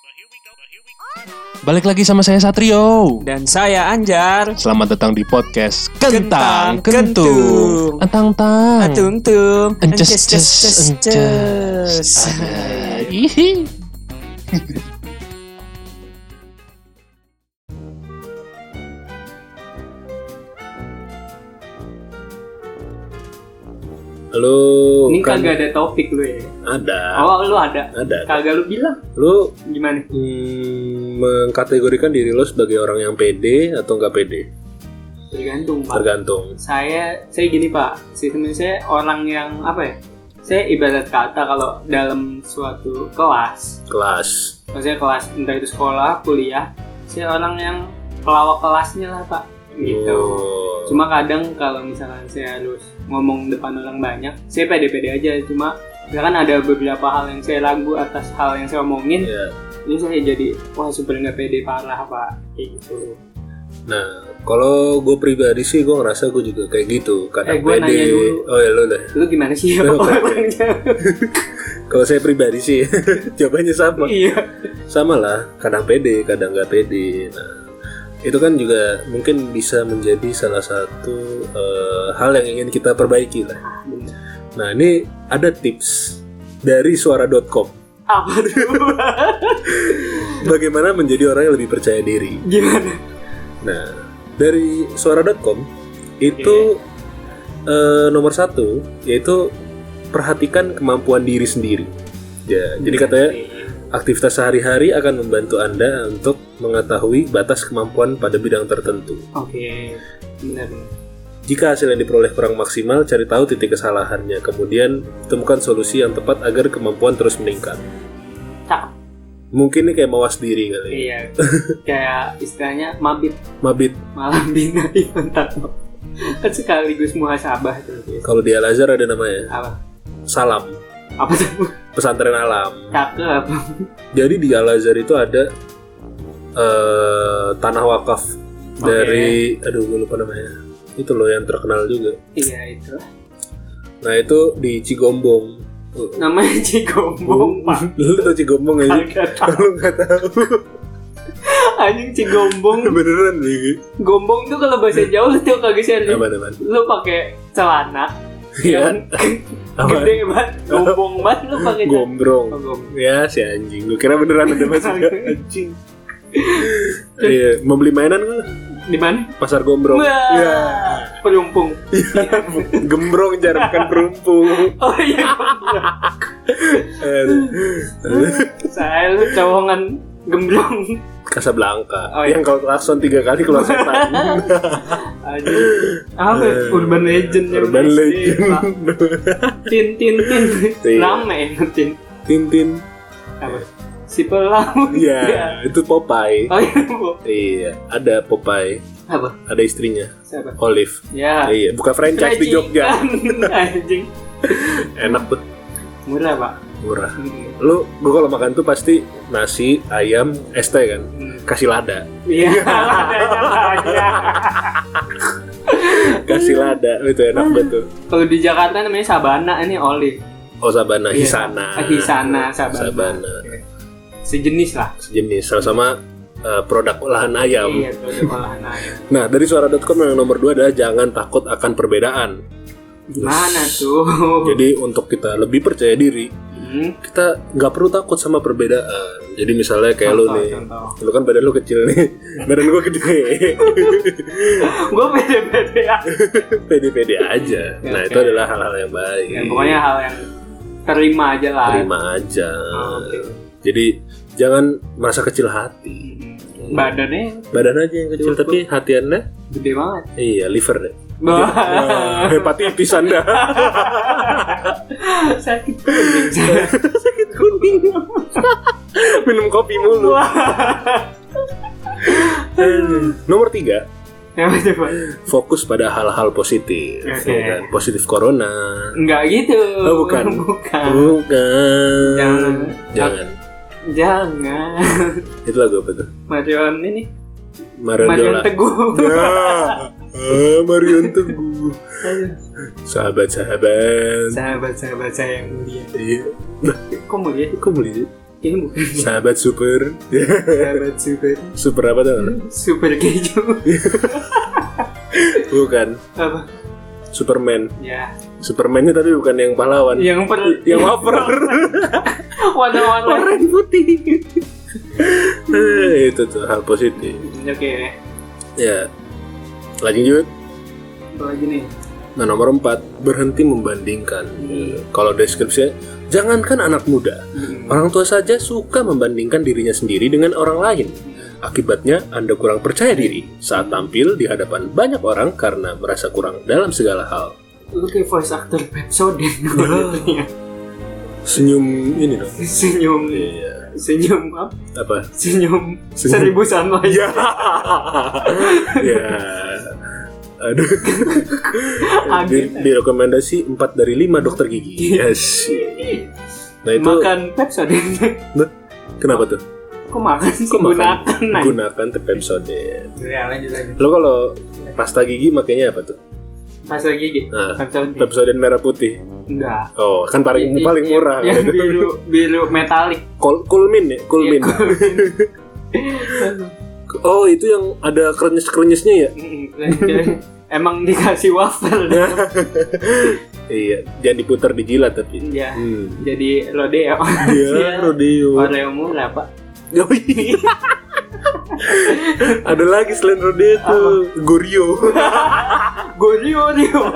Balik lagi sama saya Satrio dan saya Anjar. Selamat datang di podcast Kentang Kentung. Antang tang. Atung tung. Ences ces ences. Ihi. Lu Ini kan kagak ada topik lu ya? ada. Oh, lu ada. Ada. Kagak lu bilang. Lu Gimana? mengkategorikan diri lo sebagai orang yang pede atau nggak pede? Tergantung, Pak. Tergantung. Saya gini, Pak. Sistemnya saya orang yang apa ya? Saya ibarat kata kalau dalam suatu kelas, maksudnya kelas entah itu sekolah, kuliah, saya orang yang pelawak kelasnya lah, Pak. Gitu. Oh. Cuma kadang kalau misalkan saya harus ngomong depan orang banyak, saya pede-pede aja. Cuma misalkan ada beberapa hal yang saya ragu atas hal yang saya omongin, Ya. ini saya jadi wah super nggak pede parah, Pak. Kayak gitu. Nah, kalau gue pribadi sih gue ngerasa gue juga kayak gitu. Kadang Gua pede. nanya dulu. Oh ya lo deh. Lu gimana sih? Lu kayak Orangnya? Kalau saya pribadi sih jawabannya sama. Iya. Sama lah. Kadang pede, kadang nggak pede. Nah, itu kan juga mungkin bisa menjadi salah satu hal yang ingin kita perbaiki lah. Bener. Nah, ini ada tips dari suara.com. Apa tuh? Bagaimana menjadi orang yang lebih percaya diri. Gimana? Nah, dari suara.com itu nomor 1 yaitu perhatikan kemampuan diri sendiri. Ya, jadi katanya aktivitas sehari-hari akan membantu Anda untuk mengetahui batas kemampuan pada bidang tertentu. Oke, benar. Jika hasil yang diperoleh kurang maksimal, cari tahu titik kesalahannya. Kemudian, temukan solusi yang tepat agar kemampuan terus meningkat. Cakep. Mungkin ini kayak mawas diri kali. Iya. Kayak istilahnya mabit Mabit. malam binahi mentak. Kan sekaligus muhasabah tuh. Kalau di Al-Azhar ada namanya Apa? Salam. Apa tuh? Pesantren alam. Cakep. Jadi di Al-Azhar itu ada tanah wakaf dari, aduh gue lupa namanya. Itu loh yang terkenal juga. Iya itu. Nah itu di Cigombong. Namanya Cigombong, Pak. Lu tau Cigombong aja? Kagak tahu. Lu nggak tahu? Anjing Cigombong. Beneran nih? Gombong tuh kalau bahasa Jawa lu tuh kagak serius. Aman. Lu pakai celana Iya. yang gede banget, gombong banget lu pakai celana. Gombrong. Oh, gombong. Ya si anjing. Gue kira beneran ada maksudnya anjing. Iya, mau beli mainan gue Di mana? pasar Gombrong. Wah, Ya. Pelumpung. Gembrong jarang kan perumpung. Oh iya. Saya lu cowongan gemblong. Casablanca. Oh, iya. Yang kalau klakson 3 kali keluar setan. Aja. Apa? Urban Legend yang Urban SD, Legend. Pak. Tin. Iya. Rame tin. Tintin. Apa? Si pelaut. Iya, itu Popeye. Oh iya, Bu. Iya, ada Popeye. Apa? Ada istrinya, Siapa? Olive. Ya. Iya, buka franchise di Jogja. Anjing. Enak tuh, Murah, Pak. murah. Lu, gua kalau makan tuh pasti nasi, ayam, es teh kan. Kasih lada. Iya, adanya. Kasih lada, itu enak banget tuh. Kalau di Jakarta namanya Sabana, ini Olive. Oh, Sabana, Iya. Hisana. Hisana, Sabana. Sabana. Sejenis lah. Sejenis, sama-sama produk olahan ayam. Iya, produk olahan ayam. Nah, dari suara.com yang nomor 2 adalah jangan takut akan perbedaan. Gimana tuh? Jadi untuk kita lebih percaya diri, kita nggak perlu takut sama perbedaan. Jadi misalnya kayak lu nih, lu kan badan lu kecil nih, badan gua gede. Gue pede-pede ya. Pede-pede aja. Nah, Oke. itu adalah hal-hal yang baik. Ya, pokoknya hal yang terima aja lah. Terima aja. Oke. Jadi jangan merasa kecil hati. Badannya Badan aja yang kecil, Cukup. tapi hatiannya gede banget. iya liver deh. Wah. Hepatitis Anda. Sakit kuning. Sakit kuning. Minum kopi mulu. Nomor 3, Yang coba. fokus pada hal-hal positif. Oke. Ya kan? Positif corona. Enggak gitu. Oh, bukan. Bukan. Jangan. Itu lagu apa tuh? Marion ini. Marion Teguh. Ya. Marion Teguh. Sahabat-sahabat. Sahabat-sahabat saya yang mulia. Iya. Kok mulia? Kok mulia sih? Ini bukan. Sahabat super. Sahabat super. Super apa tuh? Super keju. Bukan. Apa? Superman. Ya. Superman-nya tapi bukan yang pahlawan. Yang wafer. Warna-warna putih. Itu tuh hal positif. Oke. Ya. Lanjut. Apa lagi nih? Nah, nomor 4, berhenti membandingkan. Kalau deskripsinya, jangankan anak muda, orang tua saja suka membandingkan dirinya sendiri dengan orang lain. Akibatnya, Anda kurang percaya diri saat tampil di hadapan banyak orang karena merasa kurang dalam segala hal. Lu kayak voice actor Pepsodent. Senyum ini dong. Senyum. Iya. Senyum apa? Apa? Senyum 1000 sunlight. Ya. Ya. Aduh. Di rekomendasi 4 dari 5 dokter gigi. Yes. Nah itu. Makan Pepsodent. Kenapa tuh? Kok makan sih? Gunakan Pepsodent. Ya, lanjut. Lo kalau pasta gigi makanya apa tuh? Pasta gigi? Pepsodent merah putih. Enggak. Oh, kan paling murah. Yang biru metalik. Kulmin ya? Kulmin. Oh, itu yang ada krenyes-krenyesnya ya? Emang dikasih wafer. Iya, jangan diputar di jilat tapi. Iya. Jadi rodeo. Iya, rodeo. Rodeo murah, Pak. Ada lagi selain rodeo tuh, Gorio. Gorio.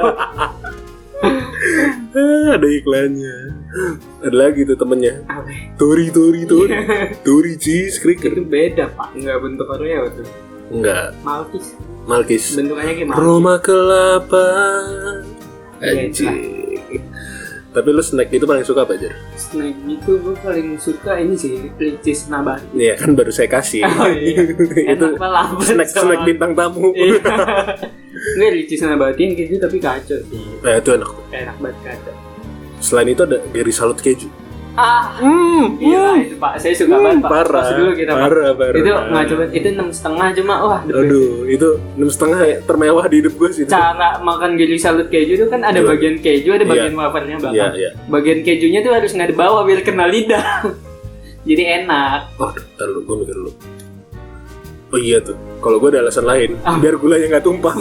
Ada iklannya. Ada lagi tuh temennya. Tori cheese cracker. Itu beda Pak, nggak bentuk Oreo tuh. Enggak. Malkis. Bentukannya gimana? Roma kelapa. Anjing. Tapi lu snack itu paling suka apa, Jar? Snack itu gue paling suka ini sih, ricis nabati. Iya kan baru saya kasih. Oh iya. Itu snack bintang tamu. Nggak, ricis nabati yang keju tapi kacau sih. Nah itu enak banget kacau. Selain itu ada Gary Salut keju. Iya itu Pak, saya suka banget Pak. Parah. Pas dulu kita Parah. Itu nggak coba, itu 6,5 cuma wah. Aduh, itu 6,5 termewah di hidup gue sih. Cara makan Gary Salut keju itu kan ada bagian keju, ada bagian wafernya belakang. Bagian kejunya tuh harus nggak di bawah biar kena lidah. Jadi enak. Oh, ntar lu, gue mikir dulu. Oh iya tuh, kalau gue ada alasan lain, biar gulanya nggak tumpah.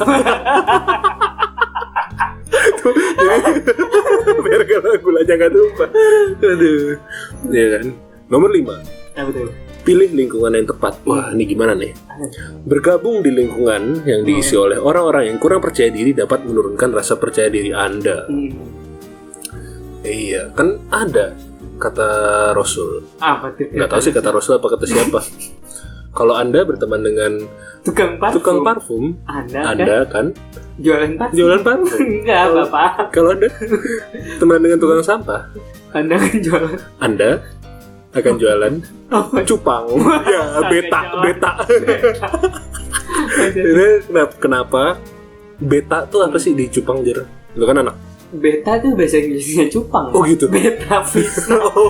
Biar kalau gulanya nggak tumpah. Aduh, ya kan. Nomor 5. Betul. Pilih lingkungan yang tepat. Wah, ini gimana nih? Bergabung di lingkungan yang diisi oleh orang-orang yang kurang percaya diri dapat menurunkan rasa percaya diri Anda. Iya, kan ada kata Rasul. Apa tuh? Nggak tahu sih kata Rasul apa kata siapa. Kalau Anda berteman dengan tukang parfum, Anda kan jualan parfum. Enggak, Bapak. Kalau Anda teman dengan tukang sampah, Anda akan jualan cupang. Ya, beta. Kenapa? Beta tuh apa sih di cupang, Jar? Lu kan anak. Beta tuh bahasa Inggrisnya cupang. Oh gitu. Beta fish.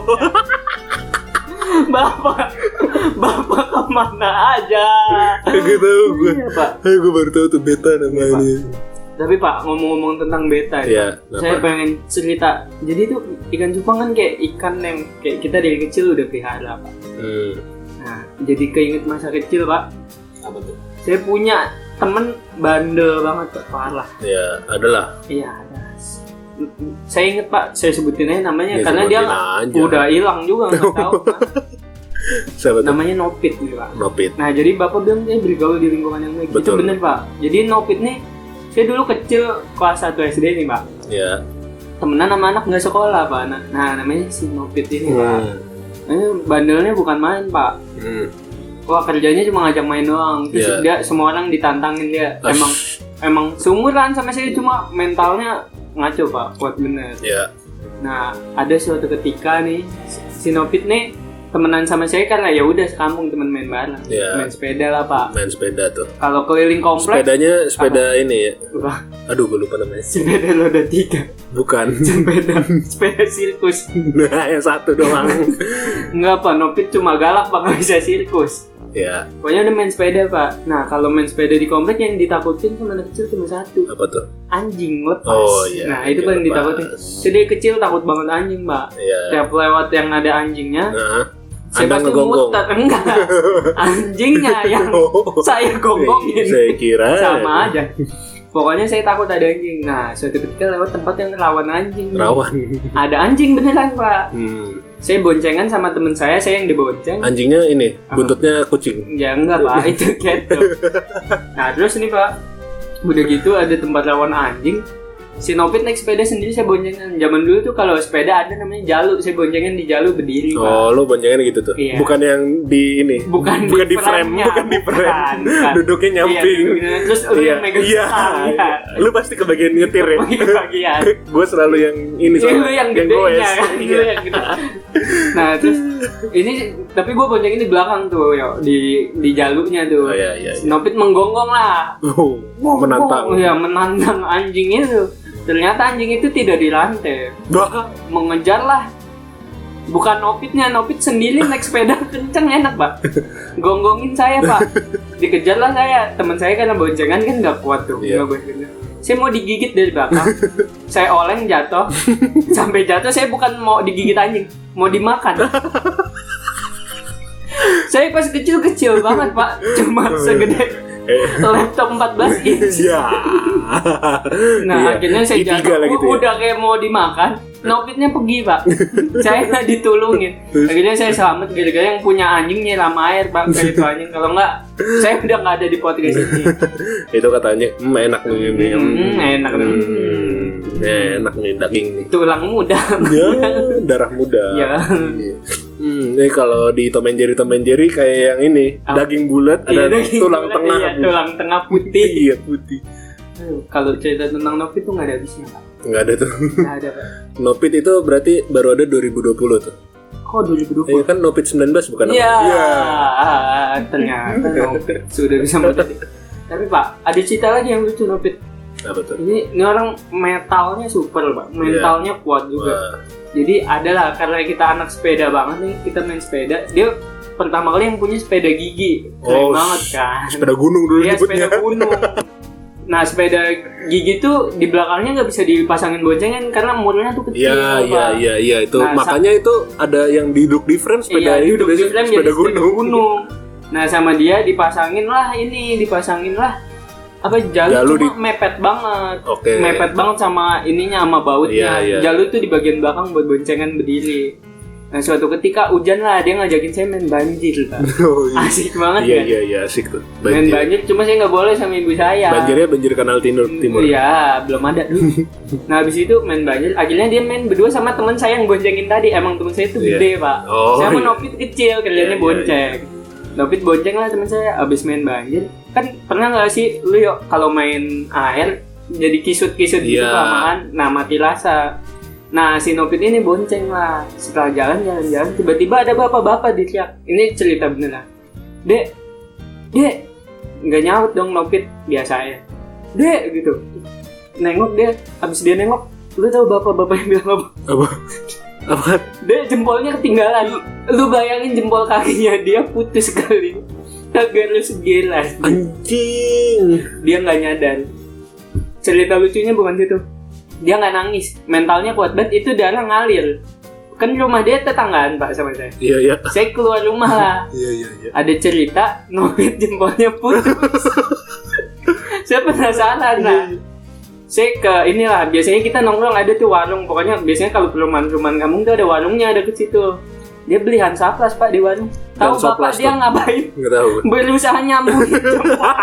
Bapak kemana aja? Gak tau gue. Iya, Pak. Gue baru tahu tuh beta namanya. Tapi Pak, ngomong-ngomong tentang beta ya, saya pengen cerita. Jadi tuh ikan cupang kan kayak ikan yang kayak kita dari kecil udah pelihara Pak. Nah, jadi keinget masa kecil Pak. Apa tuh? Saya punya temen bandel banget Pak, parah. Ya, adalah. Iya, ada. Saya inget Pak, saya sebutin aja namanya ya, karena dia udah hilang juga nggak tahu. Namanya Nopit nih Pak. Nopit. Nah jadi Bapak bilang dia bergaul di lingkungan yang baik. Itu bener Pak. Jadi Nopit nih, saya dulu kecil kelas 1 SD nih Pak. Iya. Temenan sama anak nggak sekolah Pak. Nah namanya si Nopit ini Pak. Bandelnya bukan main Pak. Wah kerjanya cuma ngajak main doang. Terus dia semua orang ditantangin dia. Emang seumuran sama saya, cuma mentalnya ngaco Pak, kuat bener. Iya. Nah, ada suatu ketika nih si Nopit nih temenan sama saya karena ya udah sekampung temen main bareng. Main sepeda lah Pak. Main sepeda tuh. Kalau keliling komplek. Sepedanya sepeda ini ya. Aduh, gue lupa namanya. Sepeda roda 3. Bukan. Sepeda sirkus. Nah, yang satu doang. Enggak Pak, Nopit cuma galak Pak, nggak bisa sirkus. Ya. Pokoknya udah main sepeda Pak. Nah kalau main sepeda di komplek yang ditakutin sama anak kecil cuma satu. Apa tuh? Anjing lepas. Oh iya. Nah itu paling ditakutin. Jadi kecil takut banget anjing Pak. Iya. Tiap lewat yang ada anjingnya, Saya Anda pasti ngegonggong? muter. Enggak. Anjingnya yang saya gonggongin. Saya kira sama aja. Pokoknya saya takut ada anjing. Nah, suatu ketika lewat tempat yang rawan anjing. Rawan. Ada anjing beneran, Pak. Saya boncengan sama temen saya yang dibonceng. Anjingnya ini, buntutnya kucing. Ya enggak, Pak. Itu gitu. Nah, terus ini, Pak. Udah gitu ada tempat rawan anjing. Si Nopit naik sepeda sendiri, saya boncengan. Zaman dulu tuh kalau sepeda ada namanya jalu, saya boncengan di jalu berdiri. Oh, lu boncengan gitu tuh? Iya. Bukan yang di ini? Bukan di frame, bukan di frame. Bukan. Duduknya nyamping. Iya, terus lu yang megang stang, ya. Lu pasti kebagian nyetir ya? Kebagian. Gue selalu yang ini Lu yang gedenya kan? Iya. Lu yang gede. Nah, terus ini tapi gue boncengin di belakang tuh, yo, di jalunya tuh. Oh, iya. Nopit menggonggong lah. Menantang. Ya, menantang anjing itu. Ternyata anjing itu tidak dirantai. Mengejar lah. Bukan Nopitnya, Nopit sendiri naik sepeda kenceng enak, Pak. Gonggongin saya, Pak. Dikejar lah saya. Teman saya karena boncengan kan nggak kuat tuh. Iya. Saya mau digigit dari belakang. Saya oleng jatuh. Sampai jatuh saya bukan mau digigit anjing, mau dimakan. Saya pas kecil banget, Pak. Cuma segede laptop 14 inch. Iya. Nah, akhirnya saya jatuh. gitu ya? Udah kayak mau dimakan. Nopitnya pergi, Pak. Saya nggak ditulungin. Akhirnya saya selamat gara-gara yang punya anjing nyiram air, Pak. Kayak itu anjing. Kalau nggak, saya udah nggak ada di podcast ini. Itu katanya, enak nih ini. Enak nih. Enak nih daging nih. Tulang muda. Ya, darah muda. Ya. Ini kalau di Tom and Jerry kayak yang ini, daging bulat ada tulang tengah. Iya, tulang tengah putih. Iya, putih. Kalau cerita tentang Nopit tuh nggak ada habisnya, Pak. Nggak ada tuh. Nggak ada, Pak. Nopit itu berarti baru ada 2020 tuh. Kok 2020? Iya kan Nopit 19 bukan? Iya. Ternyata Nopit sudah bisa mati. Tapi Pak, ada cerita lagi yang lucu Nopit. Apa tuh? Ini orang metalnya super, Pak. Mentalnya kuat juga. Jadi adalah karena kita anak sepeda banget nih, kita main sepeda. Dia pertama kali yang punya sepeda gigi. Keren banget kan. Sepeda gunung dulu Iya, nyebutnya. sepeda gunung. Nah, sepeda gigi tuh di belakangnya nggak bisa dipasangin boncengan karena murnya tuh kecil. Iya itu. Nah, makanya itu ada yang duduk di frame sepeda iya, itu duduk di frame sepeda jadi gunung. Nah, sama dia dipasangin lah apa jalu cuma mepet banget. Mepet banget sama ininya, sama bautnya. Iya. Jalu tuh di bagian belakang buat boncengan berdiri. Nah, suatu ketika hujan lah, dia ngajakin saya main banjir, Pak. Oh, iya. Asik banget kan? Iya, asik tuh. Main banjir, cuma saya nggak boleh sama ibu saya. Banjirnya banjir Kanal Timur. Iya, belum ada dulu. Nah, habis itu main banjir, akhirnya dia main berdua sama teman saya yang boncengin tadi. Emang teman saya itu gede, Pak. Saya sama Nopit kecil, kerjanya bonceng. Nopit bonceng lah teman saya, abis main banjir. Kan pernah nggak sih lu yuk kalau main air jadi kisut-kisut gitu kelamaan, nah mati rasa. Nah, si Nopit ini bonceng lah. Setelah jalan, tiba-tiba ada bapak-bapak diteriak. Ini cerita beneran. Dek, nggak nyaut dong Nopit biasanya. Dek, gitu. Nengok dia, habis dia nengok, lu tahu bapak-bapak yang bilang apa? Apa? Dek, jempolnya ketinggalan. Lu bayangin jempol kakinya dia putus sekali. Kagak lu segelas. Anjing. Dia nggak nyadar. Cerita lucunya bukan situ. Dia nggak nangis, mentalnya kuat banget, itu darah ngalir. Kan rumah dia tetanggaan, Pak, sama saya. Iya. Saya keluar rumah lah. Iya. Ada cerita, Nopit jempolnya putus. Saya penasaran lah. Saya ke inilah, biasanya kita nongkrong ada tuh warung. Pokoknya biasanya kalau perumahan kampung tuh ada warungnya, ada ke situ. Dia beli Hansaplas, Pak, di warung. Tahu Bapak dia ngapain? Nggak tahu. Berusaha nyambung jempol.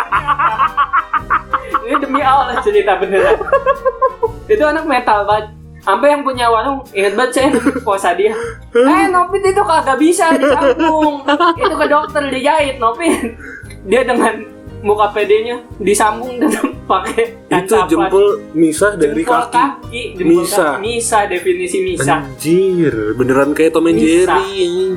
Ini demi Allah cerita beneran. Itu anak metal banget. Sampai yang punya warung ingat banget saya puasa dia. Nopit itu kagak bisa disambung. Itu ke dokter dijahit Nopit. Dia dengan muka pedenya disambung dan pakai itu jempol misah dari kaki. Jempol misah, definisi misah. Anjir, beneran kayak Tom and Jerry.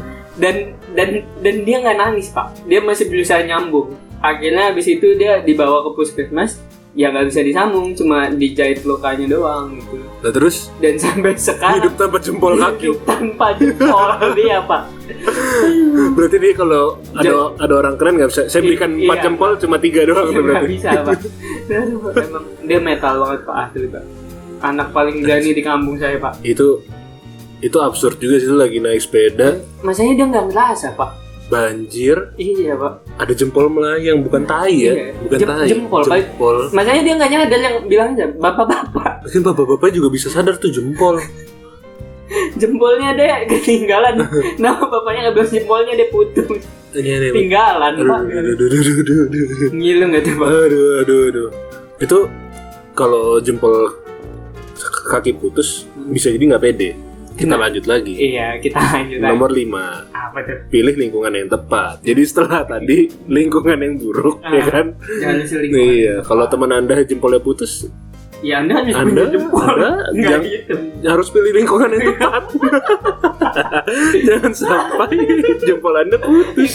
Dan dia nggak nangis, Pak. Dia masih berusaha nyambung. Akhirnya habis itu dia dibawa ke puskesmas. Ya nggak bisa disambung, cuma dijahit lokanya doang gitu. Nah terus? Dan sampai sekarang hidup tanpa jempol kaki. Hidup tanpa jempol dia, Pak. Berarti dia kalau ada orang keren nggak bisa. Saya berikan 4 jempol, cuma 3 doang. Nggak bisa, Pak. Emang dia metal banget, Pak, asli, Pak. Anak paling berani di kampung saya, Pak. Itu itu absurd juga sih, lagi naik sepeda. Masanya dia nggak ngerasa Pak. Banjir. Iya Pak. Ada jempol melayang, bukan tai ya, bukan tai. Jempol. Masanya dia nggak nyadar, yang bilang aja bapak-bapak. Mungkin bapak-bapak juga bisa sadar tuh jempol. Jempolnya deh ketinggalan. Nama bapaknya nggak bilang jempolnya, dia putus. Tinggalan Pak. Ngilu nggak tuh Pak? Aduh. Itu kalau jempol kaki putus bisa jadi nggak pede. Kita lanjut lagi. Iya, kita lanjut lagi. Nomor 5. Apa tuh? Pilih lingkungan yang tepat. Jadi setelah tadi lingkungan yang buruk, ya kan? Jangan isi lingkungan. Iya, kalau teman Anda jempolnya putus, ya Anda gitu. Harus pilih lingkungan yang tepat. Jangan sampai jempol Anda putus.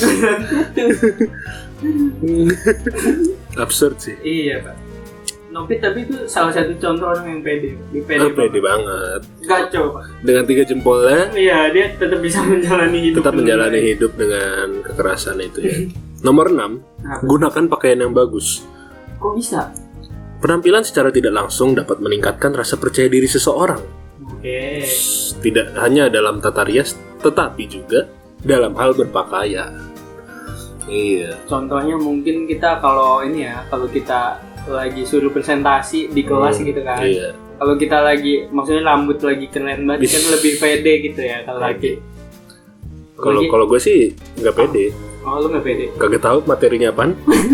Absurd sih. Iya Pak. Nopit tapi itu salah satu contoh orang yang pede. Pede banget. Gacor Pak. Dengan 3 jempolnya. Iya, dia tetap bisa menjalani hidup. Dengan kekerasan itu ya. Nomor 6. Gunakan pakaian yang bagus. Kok bisa? Penampilan secara tidak langsung dapat meningkatkan rasa percaya diri seseorang. Oke. Tidak hanya dalam tata rias, tetapi juga dalam hal berpakaian. Iya. Contohnya mungkin kita kalau kita lagi suruh presentasi di kelas gitu kan. Iya. Kalau kita lagi, maksudnya rambut lagi keren banget kan lebih pede gitu ya kalau lagi. Kalau gue sih nggak pede. Oh, lu nggak pede? Kagak tahu materinya apaan.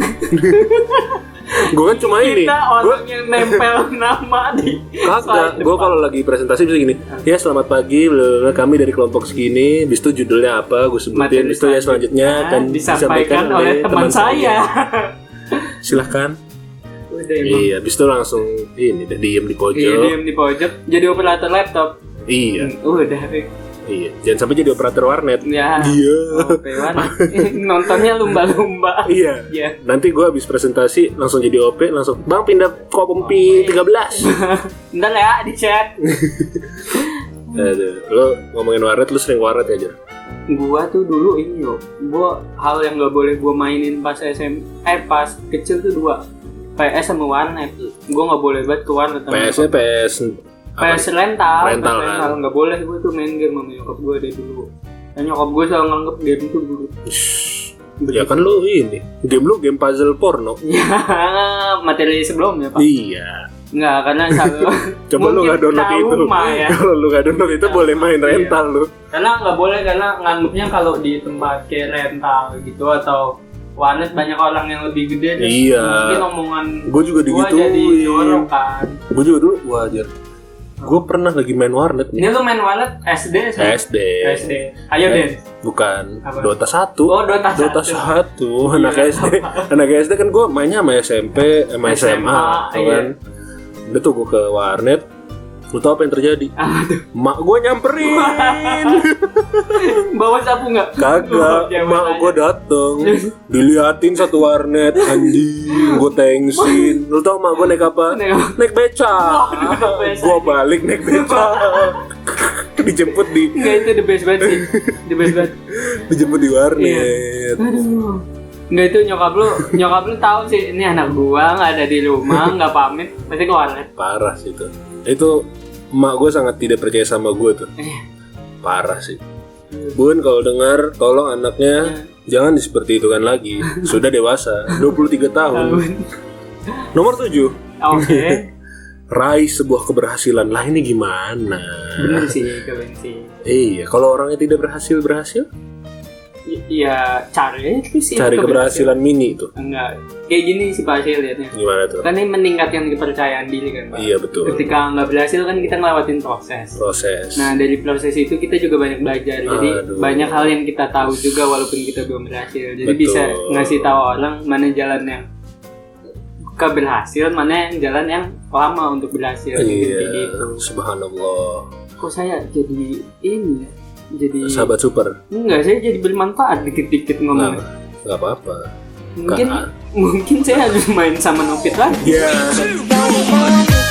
Gue kan cuma ini. Kita orang yang nempel nama di. Kagak. Gue kalau lagi presentasi bisa gini. Ya selamat pagi, kami dari kelompok segini. Bis itu judulnya apa? Gue sebutin. Bis itu ya selanjutnya akan disampaikan oleh teman saya. Silahkan. Iya, abis itu langsung ini diem di pojok. Iya, diem di pojok. Jadi operator laptop. Iya. Udah. Iya, jangan sampai jadi operator warnet. Ya. Iya. Nontonnya lumba-lumba. Iya. Nanti gue abis presentasi langsung jadi OP, langsung bang pindah kompi 13. Bentar ya di chat. Aduh, lo ngomongin warnet, lo sering warnet aja? Gua tuh dulu ini loh. Gua hal yang nggak boleh gua mainin pas pas kecil tuh 2. PS sama warnet. Gue nggak boleh banget ke warnet. PS-nya PS rental kan? Nggak boleh gue tuh main game sama nyokap gue dari dulu. Dan nyokap gue selalu nganggep game itu dulu. Ya kan lu ini game puzzle porno. Ya materi sebelumnya Pak. Iya. Nggak, karena selalu coba lu nggak download itu. Ya. Kalau lu nggak download itu boleh main rental lu. Karena nggak boleh, karena nganggepnya kalau di tempat kayak rental gitu atau warnet banyak orang yang lebih gede. Iya. Mungkin omongan gue juga digituin. Jadi jorok kan. Gue juga dulu wajar. Gue pernah lagi main warnet nih. Ini lu main warnet SD? SD. Ayo Den. Bukan. Apa? Dota 1. Oh, Dota 1. Anak SD. Anak SD kan gue mainnya sama SMP, sama SMA kan. Iya. Udah tuh gue ke warnet. Lu tau apa yang terjadi? Mak gue nyamperin. Bawa sapu nggak? Kagak. Mak gue dateng, diliatin satu warnet, anjing. Gue tengsin. Lu tau mak gue naik apa? Naik beca. Gue balik naik beca. Dijemput di. Enggak, itu the best banget sih. The best banget. Dijemput di warnet. Iya. Aduh. Enggak, itu nyokap lu tahu sih ini anak gua nggak ada di rumah, nggak pamit, pasti ke warnet. Parah sih itu. Itu emak gue sangat tidak percaya sama gue tuh. Parah sih. Bun, kalau dengar tolong anaknya jangan seperti itu kan lagi. Sudah dewasa, 23 tahun. Nomor 7. Oke. Raih sebuah keberhasilan. Lah ini gimana? Bener sih, keren sih. Iya, kalau orangnya tidak berhasil. Iya, cari keberhasilan mini itu. Enggak, kayak gini sih Pak Hasil lihatnya. Gimana tuh? Kan ini meningkatkan kepercayaan diri kan Pak. Iya betul. Ketika nggak berhasil kan kita ngelewatin proses. Nah dari proses itu kita juga banyak belajar. Jadi banyak hal yang kita tahu juga walaupun kita belum berhasil. Jadi bisa ngasih tahu orang mana jalan yang keberhasilan, mana yang jalan yang lama untuk berhasil. Iya. Gitu. Subhanallah. Kok saya jadi ini ya? Jadi sahabat super. Enggak, saya jadi bermanfaat dikit-dikit ngomong. Enggak apa-apa. Mungkin saya harus main sama Nopit lagi. Iya.